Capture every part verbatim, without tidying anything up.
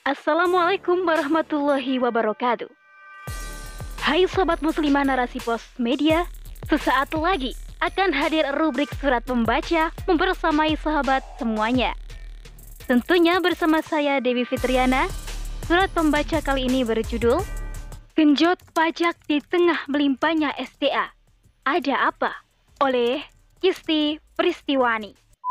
Assalamualaikum warahmatullahi wabarakatuh. Hai Sobat Muslimah Narasi Pos Media, sesaat lagi akan hadir rubrik Surat Pembaca membersamai sahabat semuanya. Tentunya bersama saya Dewi Fitriana. Surat Pembaca kali ini berjudul Genjot Pajak di Tengah Melimpahnya S D A. Ada apa? Oleh Kisti Pristiwani.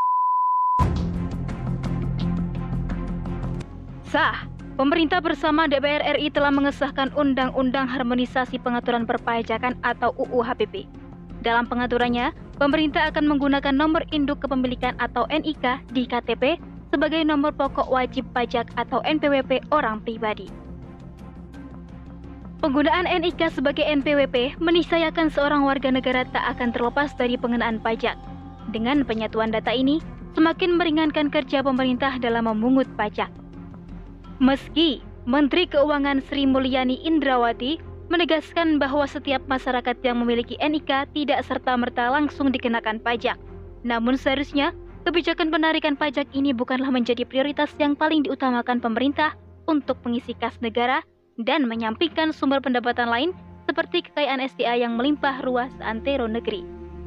Sah, pemerintah bersama D P R R I telah mengesahkan Undang-Undang Harmonisasi Pengaturan Perpajakan atau U U H P P. Dalam pengaturannya, pemerintah akan menggunakan nomor induk kepemilikan atau N I K di K T P sebagai nomor pokok wajib pajak atau N P W P orang pribadi. Penggunaan N I K sebagai N P W P meniscayakan seorang warga negara tak akan terlepas dari pengenaan pajak. Dengan penyatuan data ini, semakin meringankan kerja pemerintah dalam memungut pajak. Meski Menteri Keuangan Sri Mulyani Indrawati menegaskan bahwa setiap masyarakat yang memiliki N I K tidak serta-merta langsung dikenakan pajak. Namun seharusnya kebijakan penarikan pajak ini bukanlah menjadi prioritas yang paling diutamakan pemerintah untuk mengisi kas negara dan menyampingkan sumber pendapatan lain seperti kekayaan S D A yang melimpah ruah seantero negeri.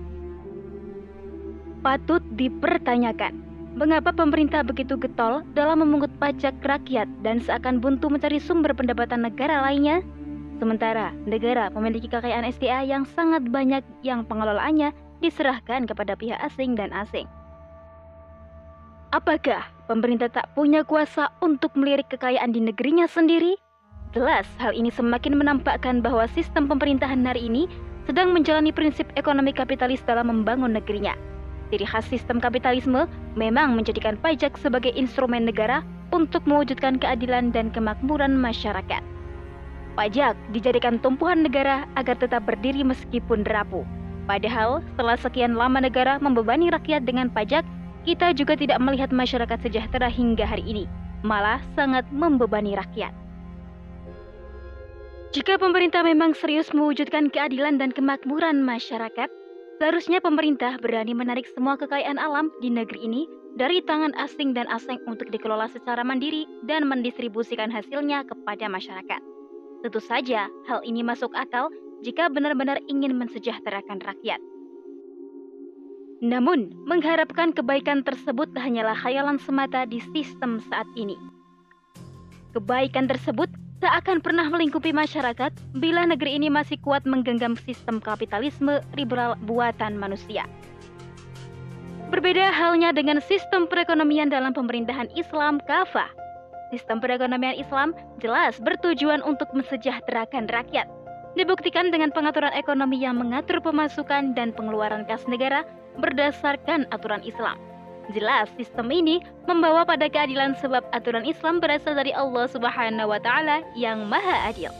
Patut dipertanyakan, mengapa pemerintah begitu getol dalam memungut pajak rakyat dan seakan buntu mencari sumber pendapatan negara lainnya? Sementara negara memiliki kekayaan S D A yang sangat banyak yang pengelolaannya diserahkan kepada pihak asing dan asing. Apakah pemerintah tak punya kuasa untuk melirik kekayaan di negerinya sendiri? Jelas hal ini semakin menampakkan bahwa sistem pemerintahan hari ini sedang menjalani prinsip ekonomi kapitalis dalam membangun negerinya. Ciri khas sistem kapitalisme memang menjadikan pajak sebagai instrumen negara untuk mewujudkan keadilan dan kemakmuran masyarakat. Pajak dijadikan tumpuan negara agar tetap berdiri meskipun rapuh. Padahal setelah sekian lama negara membebani rakyat dengan pajak, kita juga tidak melihat masyarakat sejahtera hingga hari ini, malah sangat membebani rakyat. Jika pemerintah memang serius mewujudkan keadilan dan kemakmuran masyarakat, seharusnya pemerintah berani menarik semua kekayaan alam di negeri ini dari tangan asing dan asing untuk dikelola secara mandiri dan mendistribusikan hasilnya kepada masyarakat. Tentu saja hal ini masuk akal jika benar-benar ingin mensejahterakan rakyat. Namun, mengharapkan kebaikan tersebut hanyalah khayalan semata di sistem saat ini. Kebaikan tersebut tak akan pernah melingkupi masyarakat bila negeri ini masih kuat menggenggam sistem kapitalisme liberal buatan manusia. Berbeda halnya dengan sistem perekonomian dalam pemerintahan Islam kafah. Sistem perekonomian Islam jelas bertujuan untuk mensejahterakan rakyat. Dibuktikan dengan pengaturan ekonomi yang mengatur pemasukan dan pengeluaran kas negara berdasarkan aturan Islam. Jelas sistem ini membawa pada keadilan sebab aturan Islam berasal dari Allah Subhanahu wa taala yang Maha Adil.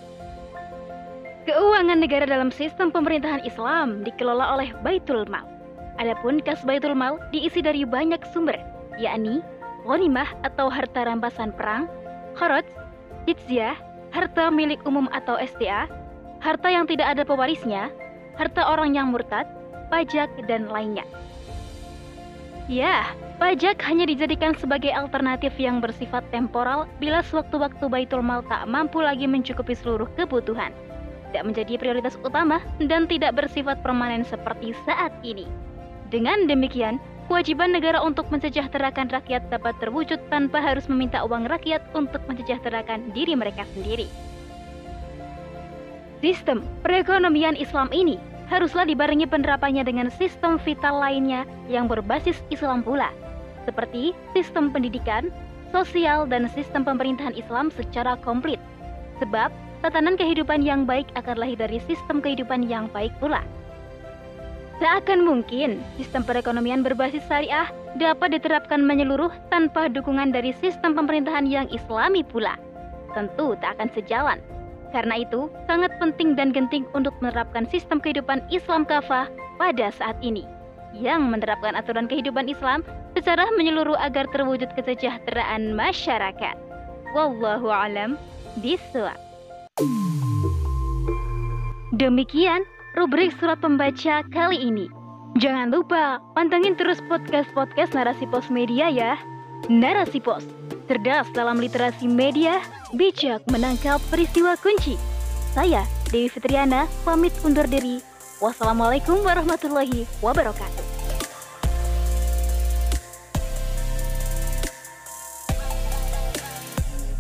Keuangan negara dalam sistem pemerintahan Islam dikelola oleh Baitul Mal. Adapun kas Baitul Mal diisi dari banyak sumber, yakni ghanimah atau harta rampasan perang, kharaj, jizyah, harta milik umum atau S D A, harta yang tidak ada pewarisnya, harta orang yang murtad, pajak dan lainnya. Ya, pajak hanya dijadikan sebagai alternatif yang bersifat temporal bila sewaktu-waktu Baitul Mal tak mampu lagi mencukupi seluruh kebutuhan. Tidak menjadi prioritas utama dan tidak bersifat permanen seperti saat ini. Dengan demikian, kewajiban negara untuk mensejahterakan rakyat dapat terwujud tanpa harus meminta uang rakyat untuk mensejahterakan diri mereka sendiri. Sistem perekonomian Islam ini haruslah dibarengi penerapannya dengan sistem vital lainnya yang berbasis Islam pula, seperti sistem pendidikan, sosial, dan sistem pemerintahan Islam secara komplit. Sebab, tatanan kehidupan yang baik akan lahir dari sistem kehidupan yang baik pula. Tak akan mungkin sistem perekonomian berbasis syariah dapat diterapkan menyeluruh tanpa dukungan dari sistem pemerintahan yang Islami pula. Tentu tak akan sejalan. Karena itu, sangat penting dan genting untuk menerapkan sistem kehidupan Islam kafah pada saat ini, yang menerapkan aturan kehidupan Islam secara menyeluruh agar terwujud kesejahteraan masyarakat. Wallahu a'lam bishawab. Demikian rubrik Surat Pembaca kali ini. Jangan lupa pantengin terus podcast-podcast Narasi Pos Media ya. Narasi Pos, cerdas dalam literasi media, bijak menangkap peristiwa kunci. Saya, Dewi Fitriana, pamit undur diri. Wassalamualaikum warahmatullahi wabarakatuh.